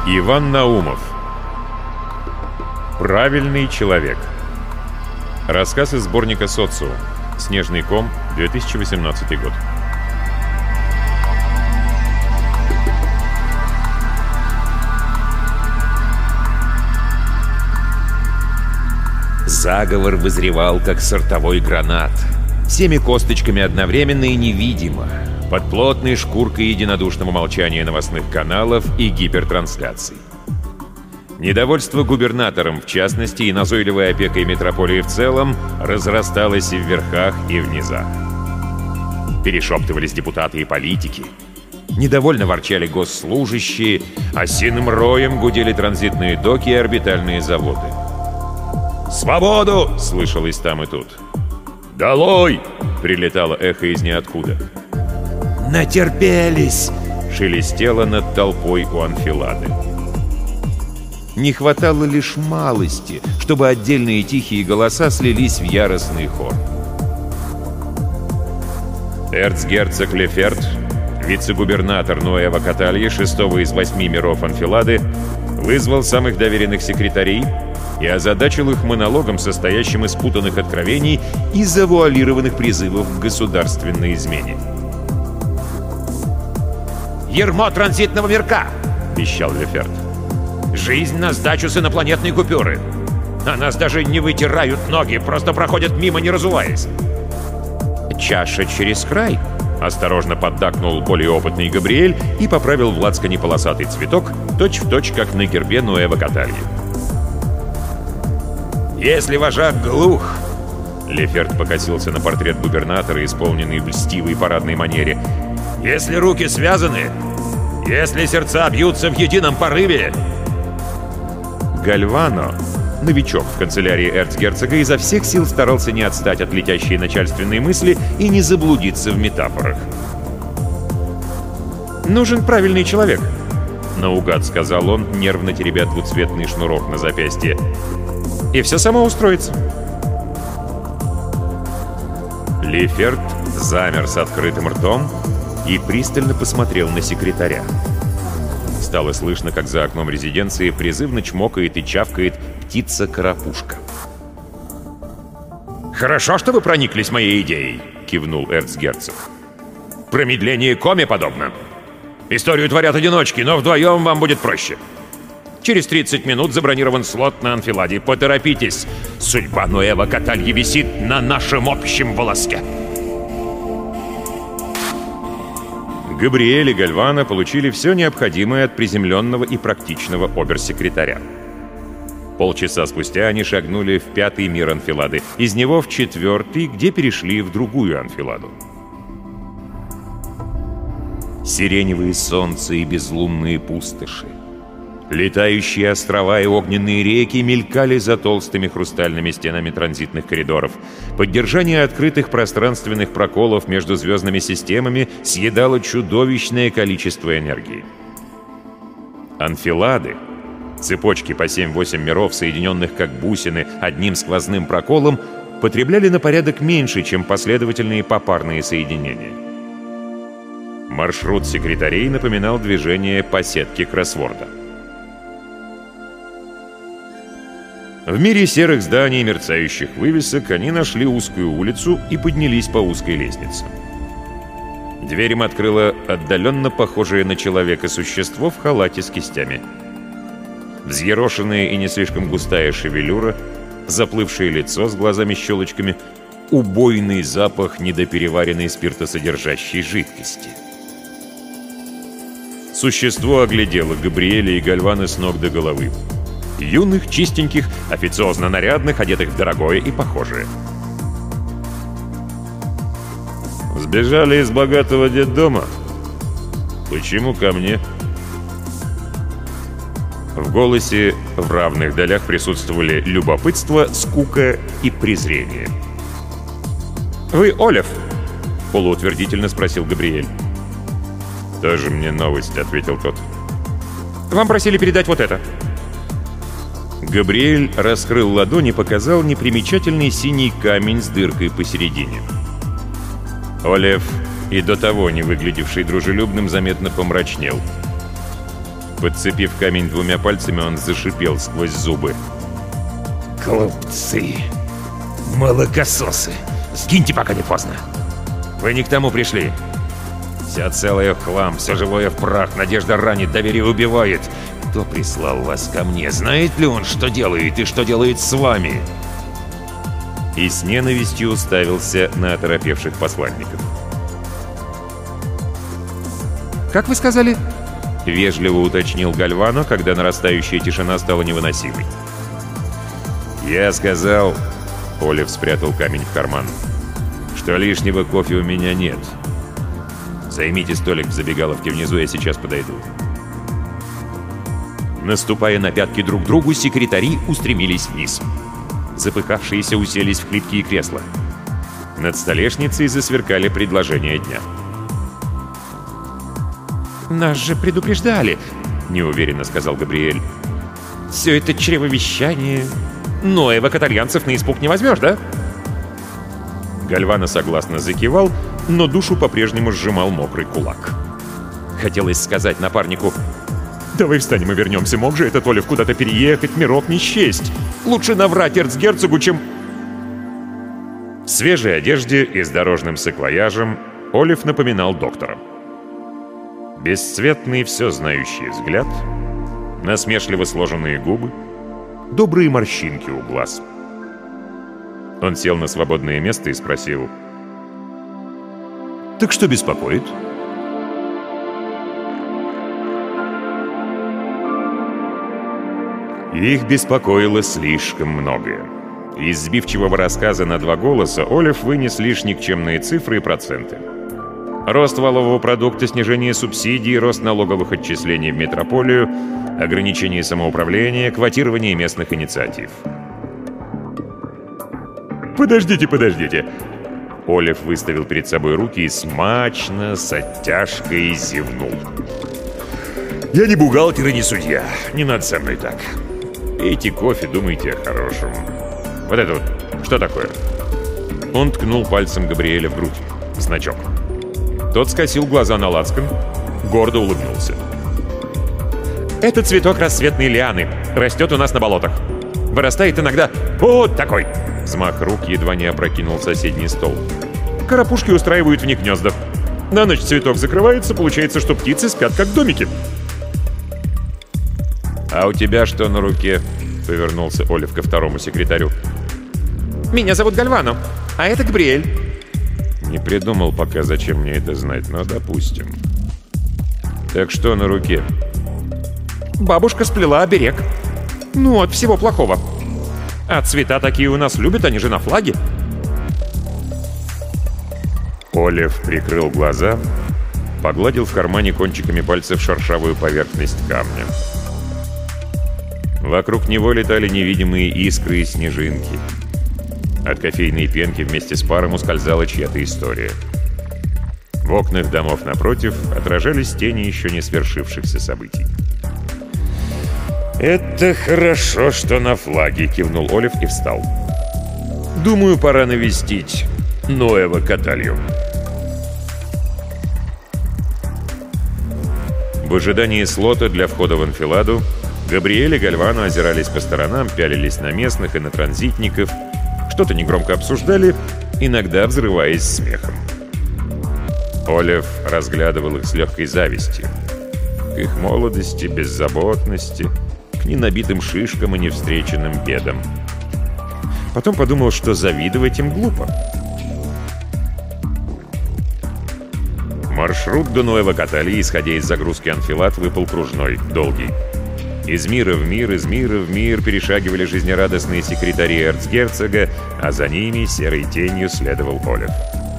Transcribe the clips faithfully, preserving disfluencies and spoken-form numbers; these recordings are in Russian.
Иван Наумов. Правильный человек. Рассказ из сборника «Социум». Снежный ком, две тысячи восемнадцатый год. Заговор вызревал, как сортовой гранат. Всеми косточками одновременно и невидимо. Под плотной шкуркой единодушного молчания новостных каналов и гипертрансляций. Недовольство губернатором, в частности, и назойливой опекой метрополии в целом, разрасталось и в верхах, и в низах. Перешептывались депутаты и политики. Недовольно ворчали госслужащие, осиным роем гудели транзитные доки и орбитальные заводы. «Свободу!» — слышалось там и тут. «Долой!» — прилетало эхо из ниоткуда. «Натерпелись!» — шелестело над толпой у анфилады. Не хватало лишь малости, чтобы отдельные тихие голоса слились в яростный хор. Эрцгерцог Леферт, вице-губернатор Нуэво Каталье, шестого из восьми миров анфилады, вызвал самых доверенных секретарей и озадачил их монологом, состоящим из путанных откровений и завуалированных призывов к государственной измене. «Ермо транзитного мирка!» — вещал Леферт. «Жизнь на сдачу с инопланетной купюры. А нас даже не вытирают ноги, просто проходят мимо, не разуваясь». «Чаша через край?» — осторожно поддакнул более опытный Габриэль и поправил в лацкане полосатый цветок, точь-в-точь, как на гербе Нуэво Каталье. «Если вожак глух...» Леферт покосился на портрет губернатора, исполненный в льстивой парадной манере. «Если руки связаны, если сердца бьются в едином порыве...» Гальвано, новичок в канцелярии эрцгерцога, изо всех сил старался не отстать от летящей начальственной мысли и не заблудиться в метафорах. «Нужен правильный человек», — наугад сказал он, нервно теребя двуцветный шнурок на запястье. «И все само устроится». Леферт замер с открытым ртом и пристально посмотрел на секретаря. Стало слышно, как за окном резиденции призывно чмокает и чавкает птица-карапушка. «Хорошо, что вы прониклись моей идеей», — кивнул эрцгерцог. «Промедление коме подобно. Историю творят одиночки, но вдвоем вам будет проще. Через тридцать минут забронирован слот на анфиладе. Поторопитесь. Судьба Нуэво Каталье висит на нашем общем волоске». Габриэль и Гальвано получили все необходимое от приземленного и практичного обер-секретаря. Полчаса спустя они шагнули в пятый мир анфилады, из него в четвертый, где перешли в другую анфиладу. Сиреневые солнца и безлунные пустоши, летающие острова и огненные реки мелькали за толстыми хрустальными стенами транзитных коридоров. Поддержание открытых пространственных проколов между звездными системами съедало чудовищное количество энергии. Анфилады, цепочки по семь-восемь миров, соединенных как бусины одним сквозным проколом, потребляли на порядок меньше, чем последовательные попарные соединения. Маршрут секретарей напоминал движение по сетке кроссворда. В мире серых зданий и мерцающих вывесок они нашли узкую улицу и поднялись по узкой лестнице. Дверь им открыло отдаленно похожее на человека существо в халате с кистями. Взъерошенная и не слишком густая шевелюра, заплывшее лицо с глазами-щелочками, убойный запах недопереваренной спиртосодержащей жидкости. Существо оглядело Габриэля и Гальвано с ног до головы. Юных, чистеньких, официозно нарядных, одетых в дорогое и похожее. «Сбежали из богатого детдома? Почему ко мне?» В голосе в равных долях присутствовали любопытство, скука и презрение. «Вы Олеф?» — полуутвердительно спросил Габриэль. «Тоже мне новость», — ответил тот. «Вам просили передать вот это». Габриэль раскрыл ладонь и показал непримечательный синий камень с дыркой посередине. Олеф, и до того не выглядевший дружелюбным, заметно помрачнел. Подцепив камень двумя пальцами, он зашипел сквозь зубы. «Глупцы! Молокососы! Сгиньте, пока не поздно! Вы не к тому пришли! Вся целая в хлам, все живое в прах, надежда ранит, доверие убивает! Кто прислал вас ко мне? Знает ли он, что делает и что делает с вами?» И с ненавистью уставился на оторопевших посланников. «Как вы сказали?» — вежливо уточнил Гальвано, когда нарастающая тишина стала невыносимой. «Я сказал...» — Олив спрятал камень в карман. «Что лишнего кофе у меня нет. Займите столик в забегаловке внизу, я сейчас подойду». Наступая на пятки друг другу, секретари устремились вниз. Запыхавшиеся уселись в клеткие кресла. Над столешницей засверкали предложения дня. «Нас же предупреждали», — неуверенно сказал Габриэль. «Все это чревовещание. Ноева катальянцев на испуг не возьмешь, да?» Гальвано согласно закивал, но душу по-прежнему сжимал мокрый кулак. Хотелось сказать напарнику: «Давай встанем и вернемся. Мог же этот Олив куда-то переехать, мирок не счесть. Лучше наврать эрцгерцогу, чем...» В свежей одежде и с дорожным саквояжем Олив напоминал доктора. Бесцветный, все знающий взгляд, насмешливо сложенные губы, добрые морщинки у глаз. Он сел на свободное место и спросил: «Так что беспокоит?» Их беспокоило слишком многое. Из сбивчивого рассказа на два голоса Олив вынес лишь никчемные цифры и проценты. Рост валового продукта, снижение субсидий, рост налоговых отчислений в метрополию, ограничение самоуправления, квотирование местных инициатив. «Подождите, подождите!» Олив выставил перед собой руки и смачно, с оттяжкой зевнул. «Я не бухгалтер и не судья. Не надо со мной так. Пейте кофе, думайте о хорошем. Вот это вот, что такое?» Он ткнул пальцем Габриэля в грудь. Значок. Тот скосил глаза на лацкан, гордо улыбнулся. «Это цветок рассветной лианы. Растет у нас на болотах. Вырастает иногда вот такой!» Взмах рук едва не опрокинул соседний стол. «Карапушки устраивают в них гнезда. На ночь цветок закрывается, получается, что птицы спят как домики». «А у тебя что на руке?» — повернулся Олив ко второму секретарю. «Меня зовут Гальвано, а это Габриэль». Не придумал пока, зачем мне это знать, но допустим. «Так что на руке?» «Бабушка сплела оберег. Ну, от всего плохого. А цвета такие у нас любят, они же на флаге». Олив прикрыл глаза, погладил в кармане кончиками пальцев шершавую поверхность камня. Вокруг него летали невидимые искры и снежинки. От кофейной пенки вместе с паром ускользала чья-то история. В окнах домов напротив отражались тени еще не свершившихся событий. «Это хорошо, что на флаге», — кивнул Олив и встал. «Думаю, пора навестить Ноева Каталью». В ожидании слота для входа в анфиладу Габриэль и Гальвано озирались по сторонам, пялились на местных и на транзитников, что-то негромко обсуждали, иногда взрываясь смехом. Олив разглядывал их с легкой завистью. К их молодости, беззаботности, к ненабитым шишкам и невстреченным бедам. Потом подумал, что завидовать им глупо. Маршрут до Ноева Каталии, исходя из загрузки анфилад, выпал кружной, долгий. Из мира в мир, из мира в мир перешагивали жизнерадостные секретари эрцгерцога, а за ними серой тенью следовал Олив.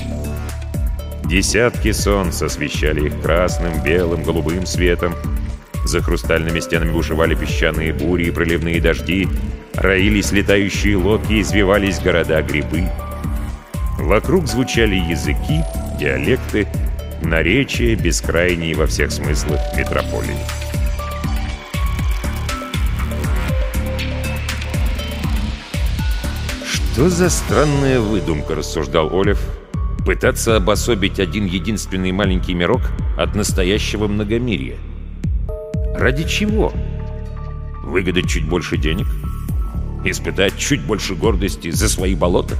Десятки солнц освещали их красным, белым, голубым светом. За хрустальными стенами бушевали песчаные бури и проливные дожди, роились летающие лодки, извивались города-грибы. Вокруг звучали языки, диалекты, наречия, бескрайние во всех смыслах метрополии. «Что за странная выдумка», — рассуждал Олив, — «пытаться обособить один единственный маленький мирок от настоящего многомирья. Ради чего? Выгадать чуть больше денег? Испытать чуть больше гордости за свои болота?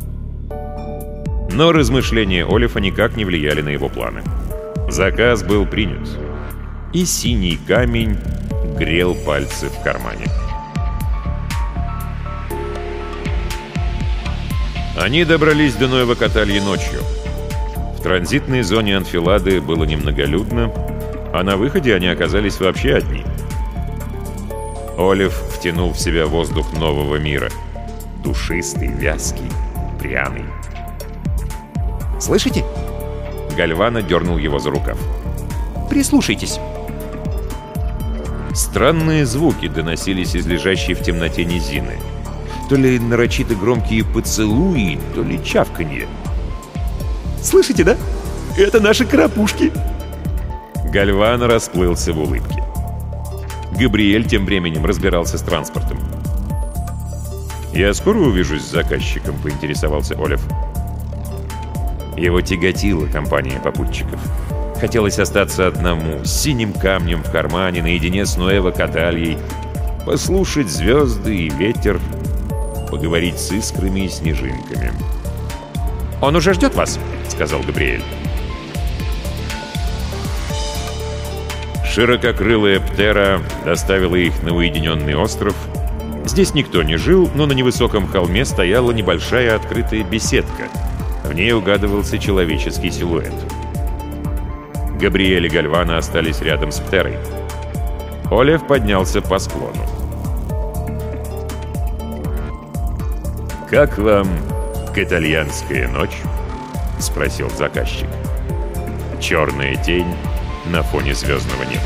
Но размышления Олифа никак не влияли на его планы. Заказ был принят, и синий камень грел пальцы в кармане. Они добрались до Нуэво-Катальи ночью. В транзитной зоне Анфилады было немноголюдно, а на выходе они оказались вообще одни. Олив втянул в себя воздух нового мира. Душистый, вязкий, пряный. Слышите? Гальвано дернул его за рукав. Прислушайтесь. Странные звуки доносились из лежащей в темноте низины. То ли нарочито громкие поцелуи, то ли чавканье. Слышите, да? Это наши карапушки. Гальвано расплылся в улыбке. Габриэль тем временем разбирался с транспортом. «Я скоро увижусь с заказчиком», — поинтересовался Олив. Его тяготила компания попутчиков. Хотелось остаться одному, с синим камнем в кармане, наедине с Нуэво-Катальей, послушать звезды и ветер, поговорить с искрами и снежинками. «Он уже ждет вас», — сказал Габриэль. Ширококрылая Птера доставила их на уединенный остров. Здесь никто не жил, но на невысоком холме стояла небольшая открытая беседка. В ней угадывался человеческий силуэт. Габриэль и Гальвано остались рядом с Птерой. Олив поднялся по склону. «Как вам катальянская ночь?» — спросил заказчик. Черная тень на фоне звездного неба.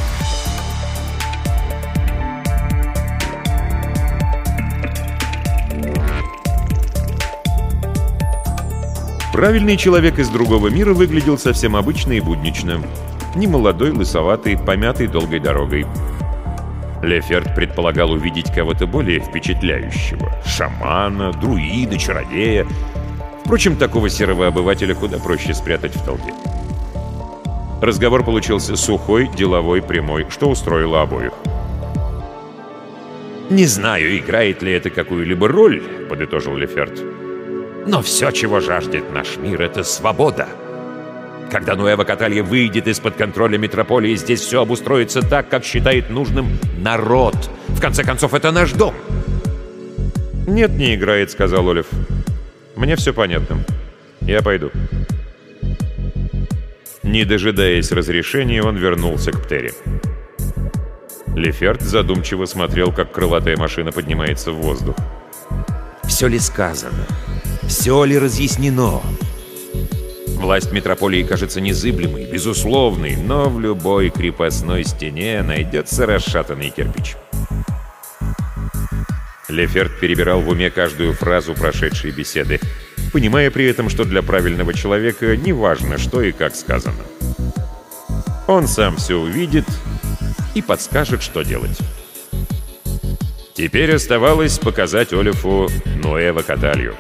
Правильный человек из другого мира выглядел совсем обычно и буднично. Немолодой, лысоватый, помятый долгой дорогой. Леферт предполагал увидеть кого-то более впечатляющего. Шамана, друида, чародея. Впрочем, такого серого обывателя куда проще спрятать в толпе. Разговор получился сухой, деловой, прямой, что устроило обоих. «Не знаю, играет ли это какую-либо роль», — подытожил Леферт. «Но все, чего жаждет наш мир, — это свобода. Когда Нуэво-Каталья выйдет из-под контроля метрополии, здесь все обустроится так, как считает нужным народ. В конце концов, это наш дом». «Нет, не играет», — сказал Олив. «Мне все понятно. Я пойду». Не дожидаясь разрешения, он вернулся к Птере. Леферт задумчиво смотрел, как крылатая машина поднимается в воздух. «Все ли сказано? Все ли разъяснено? Власть метрополии кажется незыблемой, безусловной, но в любой крепостной стене найдется расшатанный кирпич». Леферт перебирал в уме каждую фразу прошедшей беседы, понимая при этом, что для правильного человека не важно, что и как сказано. Он сам все увидит и подскажет, что делать. Теперь оставалось показать Олифу Нуэво-Каталью.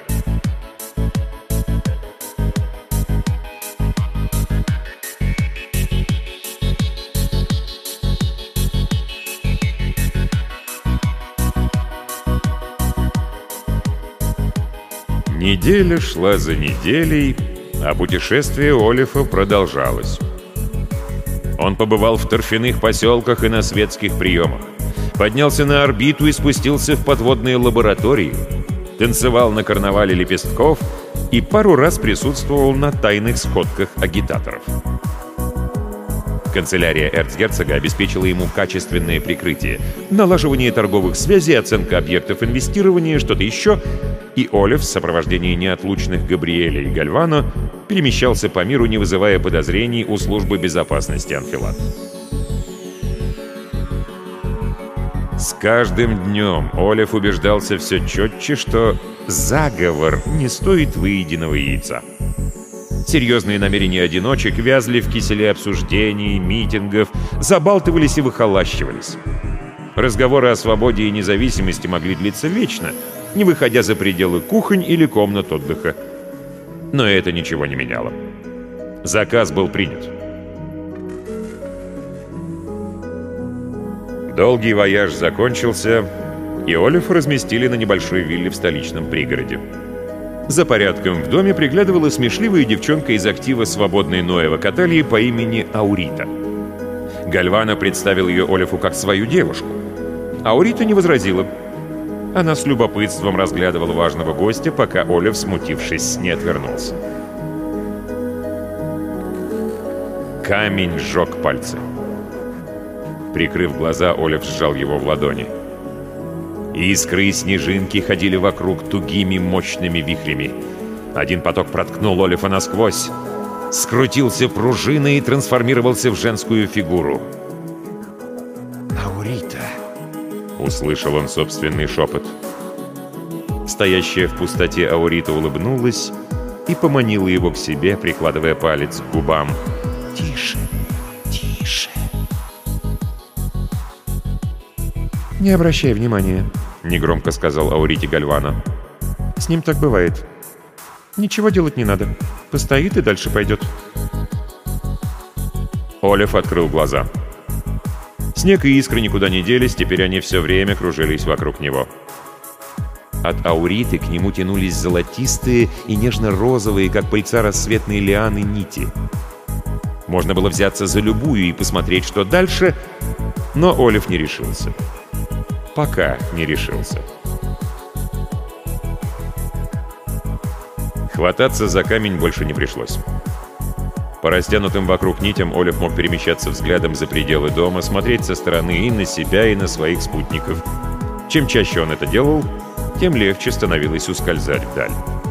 Неделя шла за неделей, а путешествие Олифа продолжалось. Он побывал в торфяных поселках и на светских приемах, поднялся на орбиту и спустился в подводные лаборатории, танцевал на карнавале лепестков и пару раз присутствовал на тайных сходках агитаторов. Канцелярия эрцгерцога обеспечила ему качественное прикрытие, налаживание торговых связей, оценка объектов инвестирования, что-то еще, и Олив в сопровождении неотлучных Габриэля и Гальвано перемещался по миру, не вызывая подозрений у службы безопасности Анфилад. С каждым днем Олив убеждался все четче, что заговор не стоит выеденного яйца. Серьезные намерения одиночек вязли в киселе обсуждений, митингов, забалтывались и выхолащивались. Разговоры о свободе и независимости могли длиться вечно, не выходя за пределы кухонь или комнат отдыха. Но это ничего не меняло. Заказ был принят. Долгий вояж закончился, и Олифа разместили на небольшой вилле в столичном пригороде. За порядком в доме приглядывала смешливая девчонка из актива свободной Ноева Каталии по имени Аурита. Гальвано представил ее Олифу как свою девушку. Аурита не возразила. Она с любопытством разглядывала важного гостя, пока Олиф, смутившись, не отвернулся. Камень сжег пальцы. Прикрыв глаза, Олиф сжал его в ладони. Искры и снежинки ходили вокруг тугими мощными вихрями. Один поток проткнул Олифа насквозь, скрутился пружиной и трансформировался в женскую фигуру. «Аурита!» — услышал он собственный шепот. Стоящая в пустоте Аурита улыбнулась и поманила его к себе, прикладывая палец к губам. «Тише, тише!» «Не обращай внимания», — негромко сказал Аурите Гальвано. «С ним так бывает. Ничего делать не надо. Постоит и дальше пойдет». Олиф открыл глаза. Снег и искры никуда не делись, теперь они все время кружились вокруг него. От Ауриты к нему тянулись золотистые и нежно-розовые, как пыльца рассветные лианы, нити. Можно было взяться за любую и посмотреть, что дальше, но Олиф не решился. Пока не решился. Хвататься за камень больше не пришлось. По растянутым вокруг нитям Олиф мог перемещаться взглядом за пределы дома, смотреть со стороны и на себя, и на своих спутников. Чем чаще он это делал, тем легче становилось ускользать вдаль.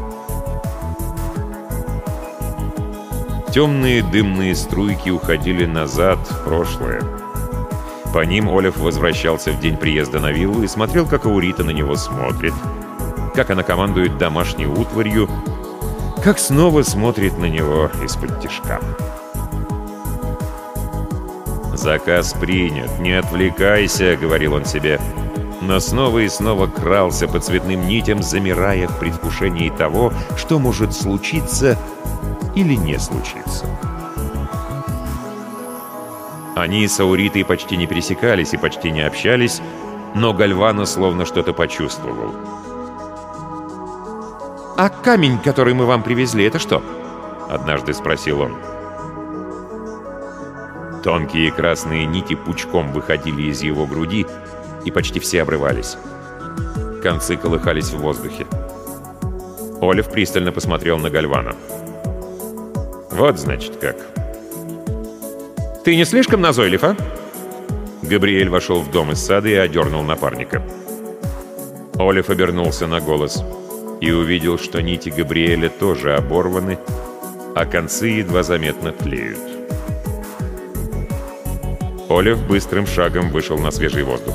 Темные дымные струйки уходили назад, в прошлое. По ним Олиф возвращался в день приезда на виллу и смотрел, как Аурита на него смотрит, как она командует домашней утварью, как снова смотрит на него из-под тишка. «Заказ принят, не отвлекайся», — говорил он себе, но снова и снова крался по цветным нитям, замирая в предвкушении того, что может случиться или не случиться. Они с Ауритой почти не пересекались и почти не общались, но Гальвано словно что-то почувствовал. «А камень, который мы вам привезли, это что?» — однажды спросил он. Тонкие красные нити пучком выходили из его груди, и почти все обрывались. Концы колыхались в воздухе. Олиф пристально посмотрел на Гальвано. «Вот, значит, как. «Ты не слишком назойлив, а?» Габриэль вошел в дом из сада и одернул напарника. Олиф обернулся на голос и увидел, что нити Габриэля тоже оборваны, а концы едва заметно тлеют. Олиф быстрым шагом вышел на свежий воздух.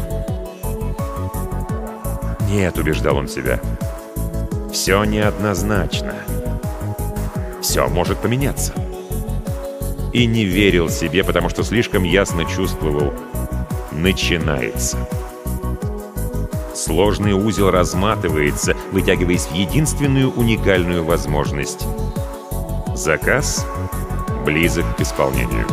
«Нет», — убеждал он себя, — «все неоднозначно. Все может поменяться». И не верил себе, потому что слишком ясно чувствовал — начинается. Сложный узел разматывается, вытягиваясь в единственную уникальную возможность. Заказ близок к исполнению.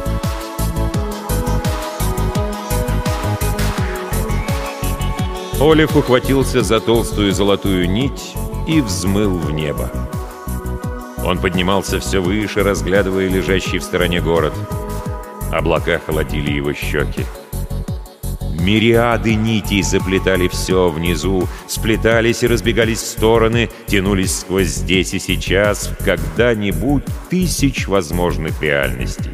Олиф ухватился за толстую золотую нить и взмыл в небо. Он поднимался все выше, разглядывая лежащий в стороне город. Облака холодили его щеки. Мириады нитей заплетали все внизу, сплетались и разбегались в стороны, тянулись сквозь здесь и сейчас, в когда-нибудь тысяч возможных реальностей.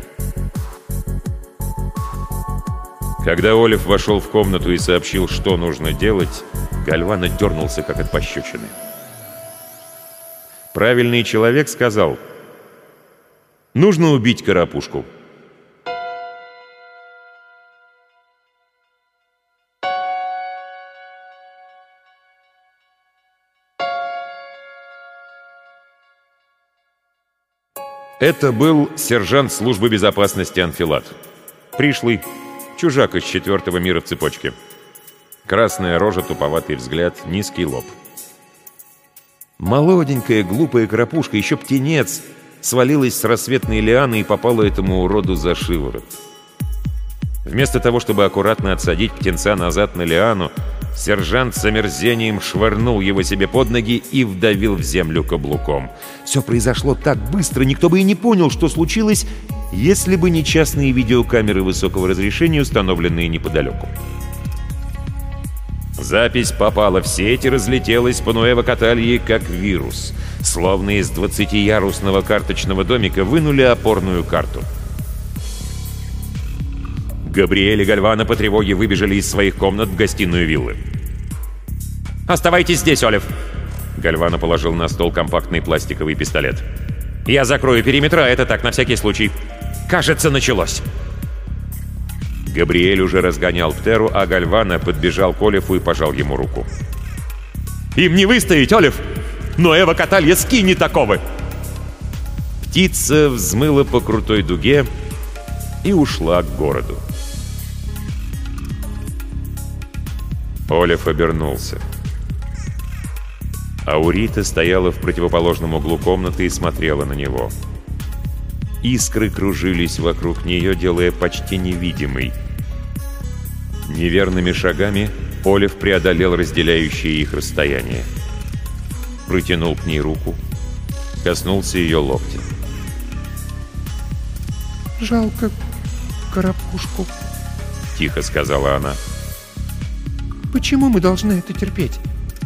Когда Олиф вошел в комнату и сообщил, что нужно делать, Гальвано дернулся, как от пощечины. Правильный человек сказал: «Нужно убить Карапушку». Это был сержант службы безопасности Анфилат. Пришлый, чужак из четвертого мира в цепочке. Красная рожа, туповатый взгляд, низкий лоб. Молоденькая, глупая Карапушка, еще птенец, свалилась с рассветной лианы и попала этому уроду за шиворот. Вместо того, чтобы аккуратно отсадить птенца назад на лиану, сержант с омерзением швырнул его себе под ноги и вдавил в землю каблуком. Все произошло так быстро, никто бы и не понял, что случилось, если бы не частные видеокамеры высокого разрешения, установленные неподалеку. Запись попала в сеть и разлетелась по Нуэво-Каталье как вирус. Словно из двадцатиярусного карточного домика вынули опорную карту. Габриэль и Гальвана по тревоге выбежали из своих комнат в гостиную виллы. «Оставайтесь здесь, Олив!» Гальвана положил на стол компактный пластиковый пистолет. «Я закрою периметр, а это так, на всякий случай. Кажется, началось!» Габриэль уже разгонял Птеру, а Гальвана подбежал к Олифу и пожал ему руку. «Им не выстоять, Олив! Нуэво-Каталье скинет оковы!» Птица взмыла по крутой дуге и ушла к городу. Олив обернулся. Аурита стояла в противоположном углу комнаты и смотрела на него. Искры кружились вокруг нее, делая почти невидимой. Неверными шагами Олив преодолел разделяющее их расстояние. Протянул к ней руку, коснулся ее локтя. «Жалко Карапушку», — тихо сказала она. «Почему мы должны это терпеть?»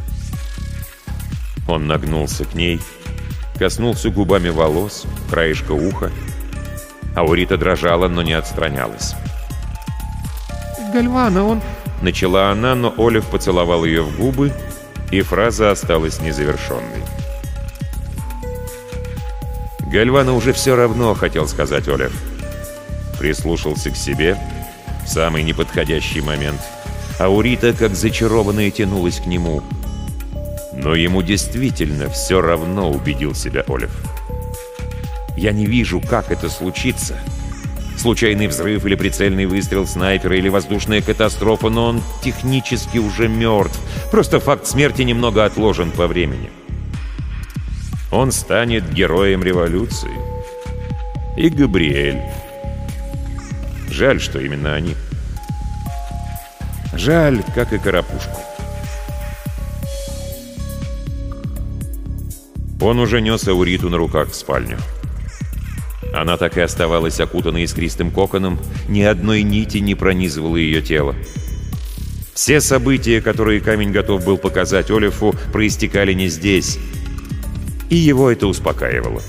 Он нагнулся к ней, коснулся губами волос, краешка уха. Аурита дрожала, но не отстранялась. «Гальвана, он...» — начала она, но Олив поцеловал ее в губы, и фраза осталась незавершенной. «Гальвана уже все равно», — хотел сказать Олив. Прислушался к себе в самый неподходящий момент. Аурита, как зачарованная, тянулась к нему. Но ему действительно все равно, убедил себя Олив. «Я не вижу, как это случится. Случайный взрыв или прицельный выстрел снайпера или воздушная катастрофа, но он технически уже мертв. Просто факт смерти немного отложен по времени. Он станет героем революции. И Габриэль. Жаль, что именно они. Жаль, как и Карапушку». Он уже нес Ауриту на руках в спальню. Она так и оставалась окутанной искристым коконом, ни одной нити не пронизывало ее тело. Все события, которые камень готов был показать Олифу, проистекали не здесь, и его это успокаивало.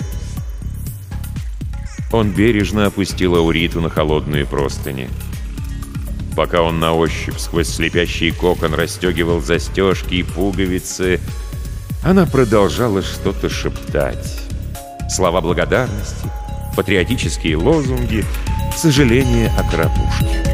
Он бережно опустил Ауриту на холодные простыни. Пока он на ощупь сквозь слепящий кокон расстегивал застежки и пуговицы, она продолжала что-то шептать. Слова благодарности, патриотические лозунги, сожаление о Карапушке.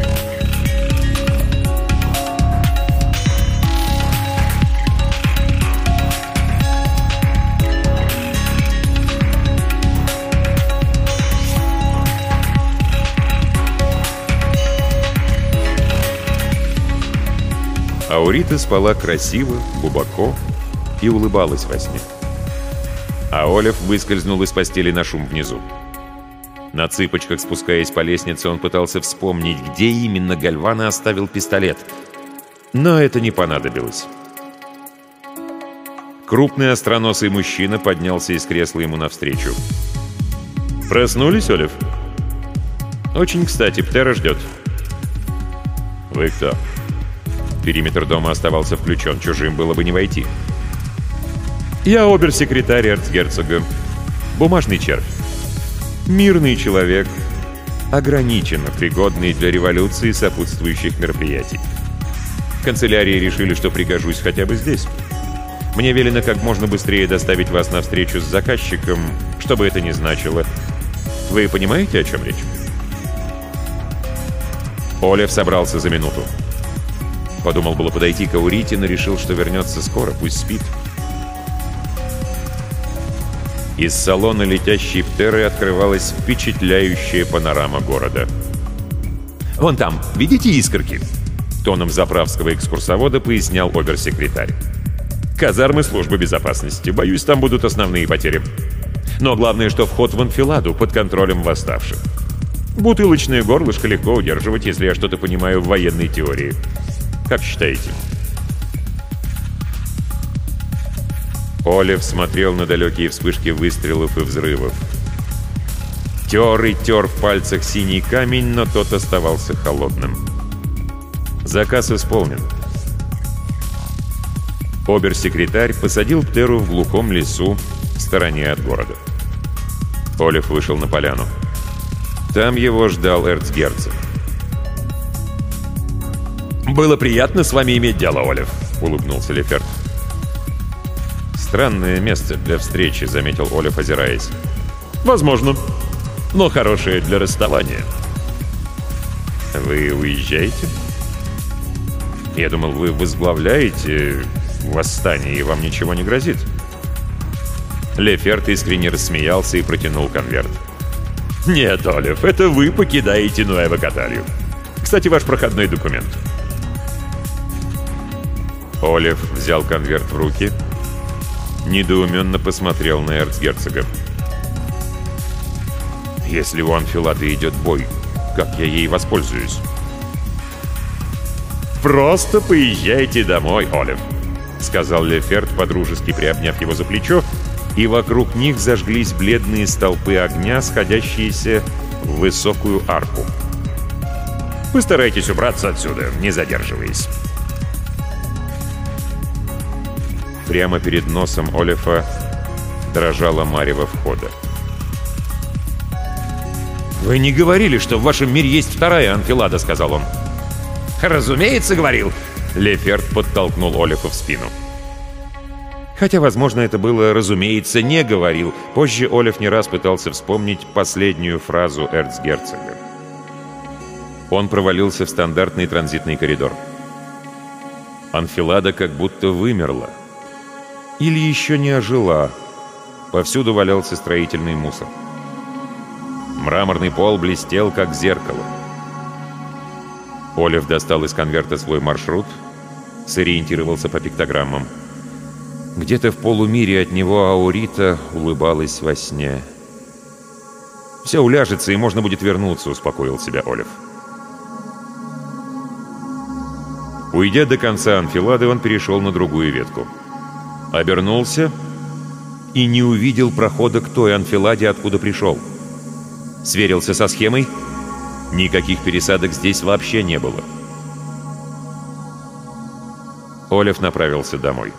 Аурита спала красиво, глубоко и улыбалась во сне. А Олив выскользнул из постели на шум внизу. На цыпочках, спускаясь по лестнице, он пытался вспомнить, где именно Гальвана оставил пистолет. Но это не понадобилось. Крупный остроносый мужчина поднялся из кресла ему навстречу. «Проснулись, Олив?» «Очень кстати, Птера ждет». «Вы кто?» Периметр дома оставался включен, чужим было бы не войти. «Я обер-секретарь эрцгерцога. Бумажный червь. Мирный человек, ограниченно пригодный для революции и сопутствующих мероприятий. В канцелярии решили, что пригожусь хотя бы здесь. Мне велено как можно быстрее доставить вас на встречу с заказчиком, что бы это ни значило. Вы понимаете, о чем речь?» Олив собрался за минуту. Подумал было подойти к Аурите, но решил, что вернется скоро, пусть спит. Из салона летящей Птеры открывалась впечатляющая панорама города. «Вон там, видите искорки?» Тоном заправского экскурсовода пояснял обер-секретарь. «Казармы службы безопасности. Боюсь, там будут основные потери. Но главное, что вход в анфиладу под контролем восставших. Бутылочное горлышко легко удерживать, если я что-то понимаю в военной теории. Как считаете?» Олив смотрел на далекие вспышки выстрелов и взрывов. Тер и тер в пальцах синий камень, но тот оставался холодным. Заказ исполнен. Обер-секретарь посадил Птеру в глухом лесу в стороне от города. Олив вышел на поляну. Там его ждал эрцгерцог. «Было приятно с вами иметь дело, Олив», — улыбнулся Леферт. «Странное место для встречи», — заметил Олив, озираясь. «Возможно, но хорошее для расставания». «Вы уезжаете?» «Я думал, вы возглавляете восстание, и вам ничего не грозит». Леферт искренне рассмеялся и протянул конверт. «Нет, Олив, это вы покидаете Нуэво-Каталью. Кстати, ваш проходной документ». Олив взял конверт в руки, недоуменно посмотрел на эрцгерцога. «Если у Анфилады идет бой, как я ей воспользуюсь?» «Просто поезжайте домой, Олив», — сказал Леферт, подружески приобняв его за плечо, и вокруг них зажглись бледные столпы огня, сходящиеся в высокую арку. «Постарайтесь убраться отсюда, не задерживаясь». Прямо перед носом Олифа дрожала марево входа. «Вы не говорили, что в вашем мире есть вторая Анфилада», — сказал он. «Разумеется, говорил!» Леферт подтолкнул Олифа в спину. Хотя, возможно, это было «разумеется, не говорил». Позже Олиф не раз пытался вспомнить последнюю фразу эрцгерцога. Он провалился в стандартный транзитный коридор. Анфилада как будто вымерла. Или еще не ожила. Повсюду валялся строительный мусор. Мраморный пол блестел, как зеркало. Олив достал из конверта свой маршрут, сориентировался по пиктограммам. Где-то в полумире от него Аурита улыбалась во сне. «Все уляжется, и можно будет вернуться», — успокоил себя Олив. Уйдя до конца Анфилады, он перешел на другую ветку. Обернулся и не увидел прохода к той Анфиладе, откуда пришел. Сверился со схемой. Никаких пересадок здесь вообще не было. Олив направился домой.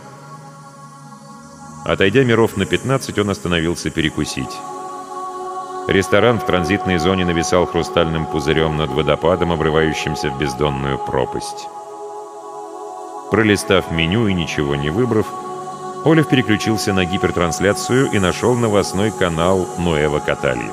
Отойдя миров на пятнадцать, он остановился перекусить. Ресторан в транзитной зоне нависал хрустальным пузырем над водопадом, обрывающимся в бездонную пропасть. Пролистав меню и ничего не выбрав, Олив переключился на гипертрансляцию и нашел новостной канал Нуэво-Катальи.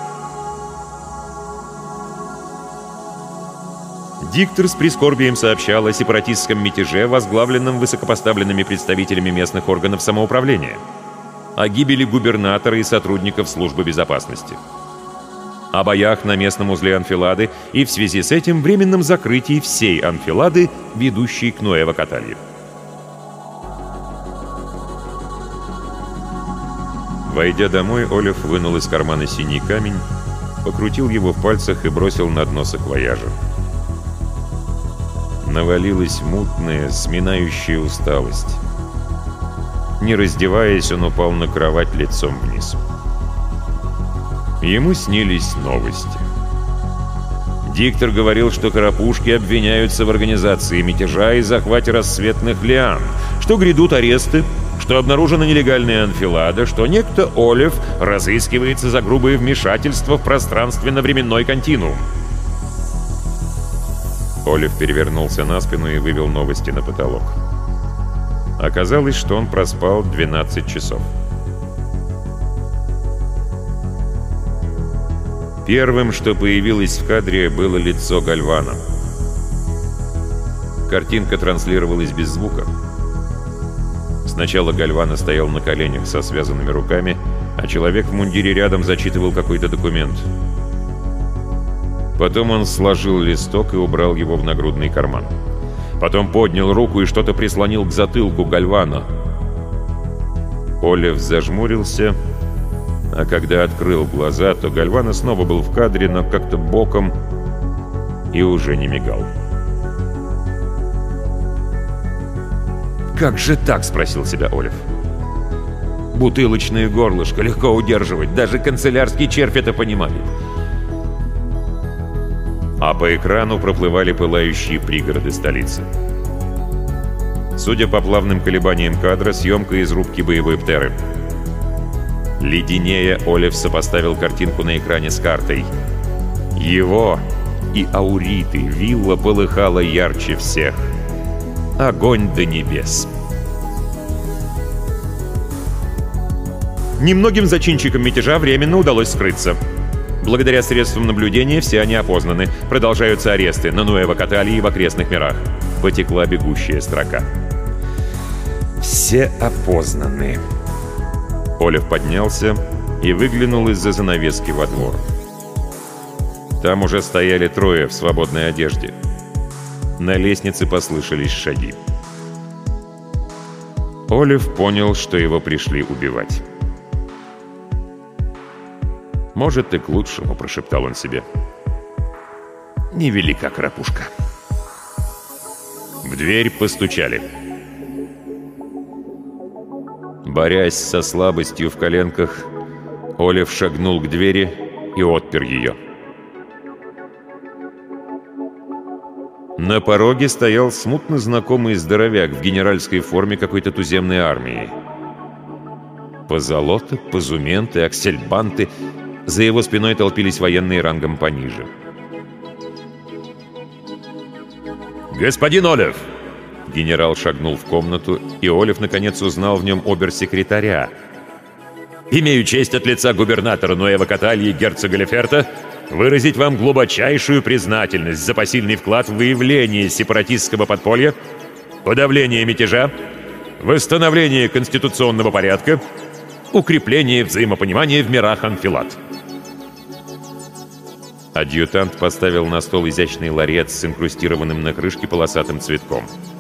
Диктор с прискорбием сообщал о сепаратистском мятеже, возглавленном высокопоставленными представителями местных органов самоуправления, о гибели губернатора и сотрудников службы безопасности, о боях на местном узле Анфилады и в связи с этим временном закрытии всей Анфилады, ведущей к Нуэво-Катальи. Войдя домой, Олив вынул из кармана синий камень, покрутил его в пальцах и бросил на дно саквояжа. Навалилась мутная, сминающая усталость. Не раздеваясь, он упал на кровать лицом вниз. Ему снились новости. Диктор говорил, что карапушки обвиняются в организации мятежа и захвате рассветных лиан, что грядут аресты, что обнаружена нелегальная анфилада, что некто Олив разыскивается за грубое вмешательство в пространственно-временной континуум. Олив перевернулся на спину и вывел новости на потолок. Оказалось, что он проспал двенадцать часов. Первым, что появилось в кадре, было лицо Гальвана. Картинка транслировалась без звука. Сначала Гальвана стоял на коленях со связанными руками, а человек в мундире рядом зачитывал какой-то документ. Потом он сложил листок и убрал его в нагрудный карман. Потом поднял руку и что-то прислонил к затылку Гальвана. Олив зажмурился А когда открыл глаза, то Гальвано снова был в кадре, но как-то боком и уже не мигал. «Как же так?» — спросил себя Олив. «Бутылочное горлышко легко удерживать, даже канцелярский червь это понимает». А по экрану проплывали пылающие пригороды столицы. Судя по плавным колебаниям кадра, съемка из рубки боевой птеры. Леденея, Олив сопоставил картинку на экране с картой. Его и Ауриты вилла полыхала ярче всех. Огонь до небес. Немногим зачинщикам мятежа временно удалось скрыться. Благодаря средствам наблюдения все они опознаны. Продолжаются аресты на Нуэво-Каталии и в окрестных мирах. Потекла бегущая строка. Все опознаны. Олив поднялся и выглянул из-за занавески во двор. Там уже стояли трое в свободной одежде. На лестнице послышались шаги. Олив понял, что его пришли убивать. «Может, и к лучшему», — прошептал он себе. «Невелика крапушка». В дверь постучали. Борясь со слабостью в коленках, Олив шагнул к двери и отпер ее. На пороге стоял смутно знакомый здоровяк в генеральской форме какой-то туземной армии. Позолота, позументы, аксельбанты. За его спиной толпились военные рангом пониже. «Господин Олив!» Генерал шагнул в комнату, и Олив наконец узнал в нем обер-секретаря. «Имею честь от лица губернатора Нуэво-Каталии герцога Леферта выразить вам глубочайшую признательность за посильный вклад в выявление сепаратистского подполья, подавление мятежа, восстановление конституционного порядка, укрепление взаимопонимания в мирах Анфилат». Адъютант поставил на стол изящный ларец с инкрустированным на крышке полосатым цветком.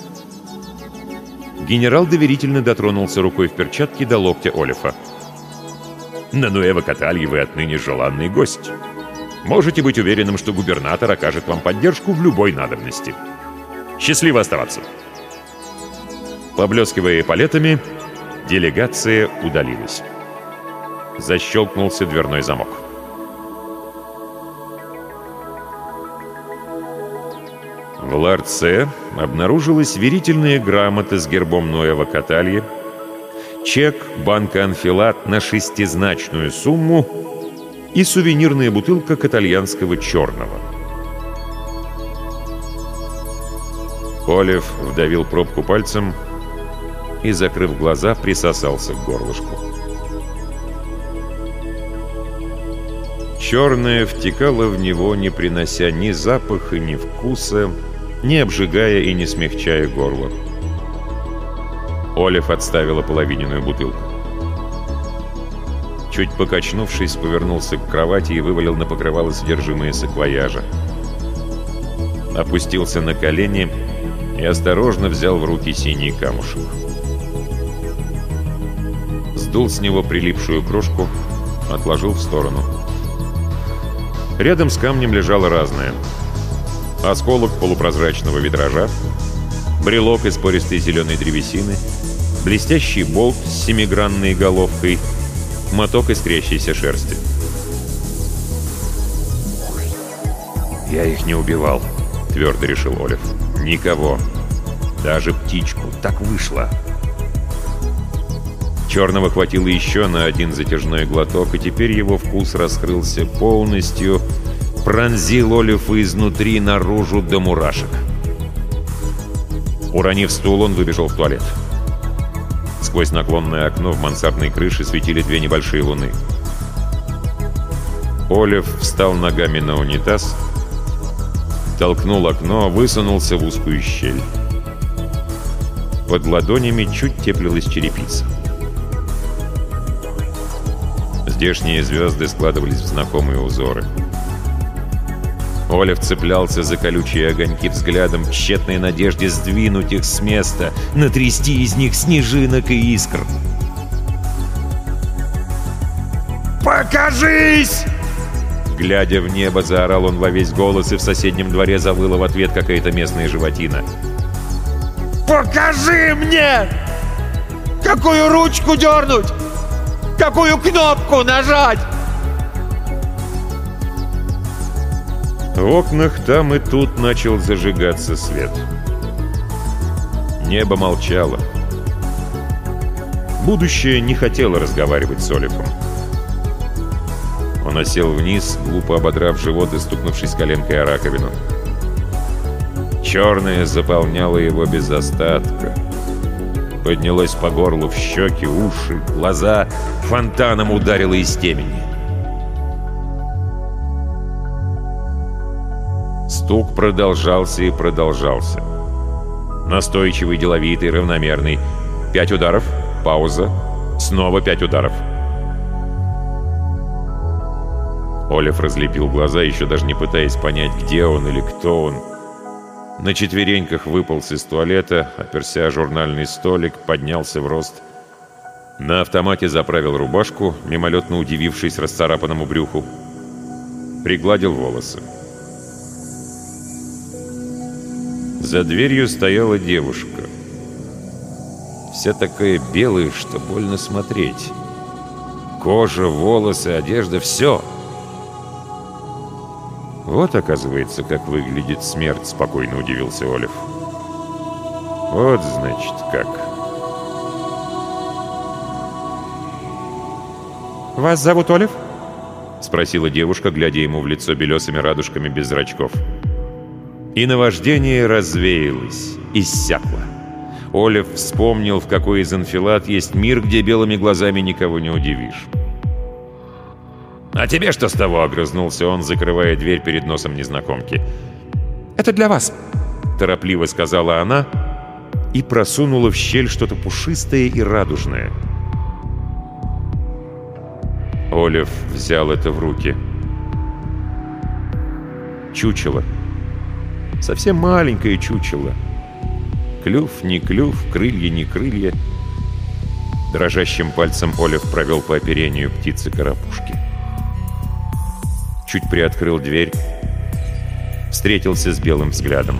Генерал доверительно дотронулся рукой в перчатке до локтя Олифа. «На Нуэво-Каталии вы отныне желанный гость. Можете быть уверенным, что губернатор окажет вам поддержку в любой надобности. Счастливо оставаться!» Поблескивая эполетами, делегация удалилась. Защелкнулся дверной замок. В ларце обнаружилась верительная грамота с гербом Нуэво-Катальи, чек банка «Анфилат» на шестизначную сумму и сувенирная бутылка катальянского черного. Олив вдавил пробку пальцем и, закрыв глаза, присосался к горлышку. Черное втекало в него, не принося ни запаха, ни вкуса, не обжигая и не смягчая горло. Олив отставила половиненную бутылку. Чуть покачнувшись, повернулся к кровати и вывалил на покрывало содержимое саквояжа. Опустился на колени и осторожно взял в руки синий камушек. Сдул с него прилипшую крошку, отложил в сторону. Рядом с камнем лежало разное. Осколок полупрозрачного витража, брелок из пористой зеленой древесины, блестящий болт с семигранной головкой, моток искрящейся шерсти. «Я их не убивал», — твердо решил Олив. «Никого. Даже птичку. Так вышло». Черного хватило еще на один затяжной глоток, и теперь его вкус раскрылся полностью, пронзил Олифа изнутри наружу до мурашек. Уронив стул, он выбежал в туалет. Сквозь наклонное окно в мансардной крыше светили две небольшие луны. Олив встал ногами на унитаз, толкнул окно, высунулся в узкую щель. Под ладонями чуть теплилась черепица. Здешние звезды складывались в знакомые узоры. Олив цеплялся за колючие огоньки взглядом в тщетной надежде сдвинуть их с места, натрясти из них снежинок и искр. Покажись!» Глядя в небо, заорал он во весь голос, и в соседнем дворе завыла в ответ какая-то местная животина. «Покажи мне! Какую ручку дернуть? Какую кнопку нажать?» В окнах там и тут начал зажигаться свет. Небо молчало. Будущее не хотело разговаривать с Олифом. Он осел вниз, глупо ободрав живот и стукнувшись коленкой о раковину. Черное заполняло его без остатка. Поднялось по горлу, в щеки, уши, глаза, фонтаном ударило из темени. Стук продолжался и продолжался. Настойчивый, деловитый, равномерный. Пять ударов, пауза, снова пять ударов. Олив разлепил глаза, еще даже не пытаясь понять, где он или кто он. На четвереньках выполз из туалета, оперся о журнальный столик, поднялся в рост. На автомате заправил рубашку, мимолетно удивившись расцарапанному брюху. Пригладил волосы. За дверью стояла девушка. Вся такая белая, что больно смотреть. Кожа, волосы, одежда — все. «Вот, оказывается, как выглядит смерть», — спокойно удивился Олив. «Вот, значит, как». «Вас зовут Олив?» — спросила девушка, глядя ему в лицо белесыми радужками без зрачков. И наваждение развеялось, иссякло. Олив вспомнил, в какой из анфилад есть мир, где белыми глазами никого не удивишь. «А тебе что с того?» — огрызнулся он, закрывая дверь перед носом незнакомки. «Это для вас», — торопливо сказала она и просунула в щель что-то пушистое и радужное. Олив взял это в руки. Чучело. Совсем маленькое чучело. Клюв не клюв, крылья не крылья. Дрожащим пальцем Олив провел по оперению птицы-карапушки. Чуть приоткрыл дверь. Встретился с белым взглядом.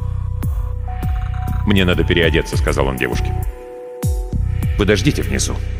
«Мне надо переодеться», — сказал он девушке. «Подождите внизу».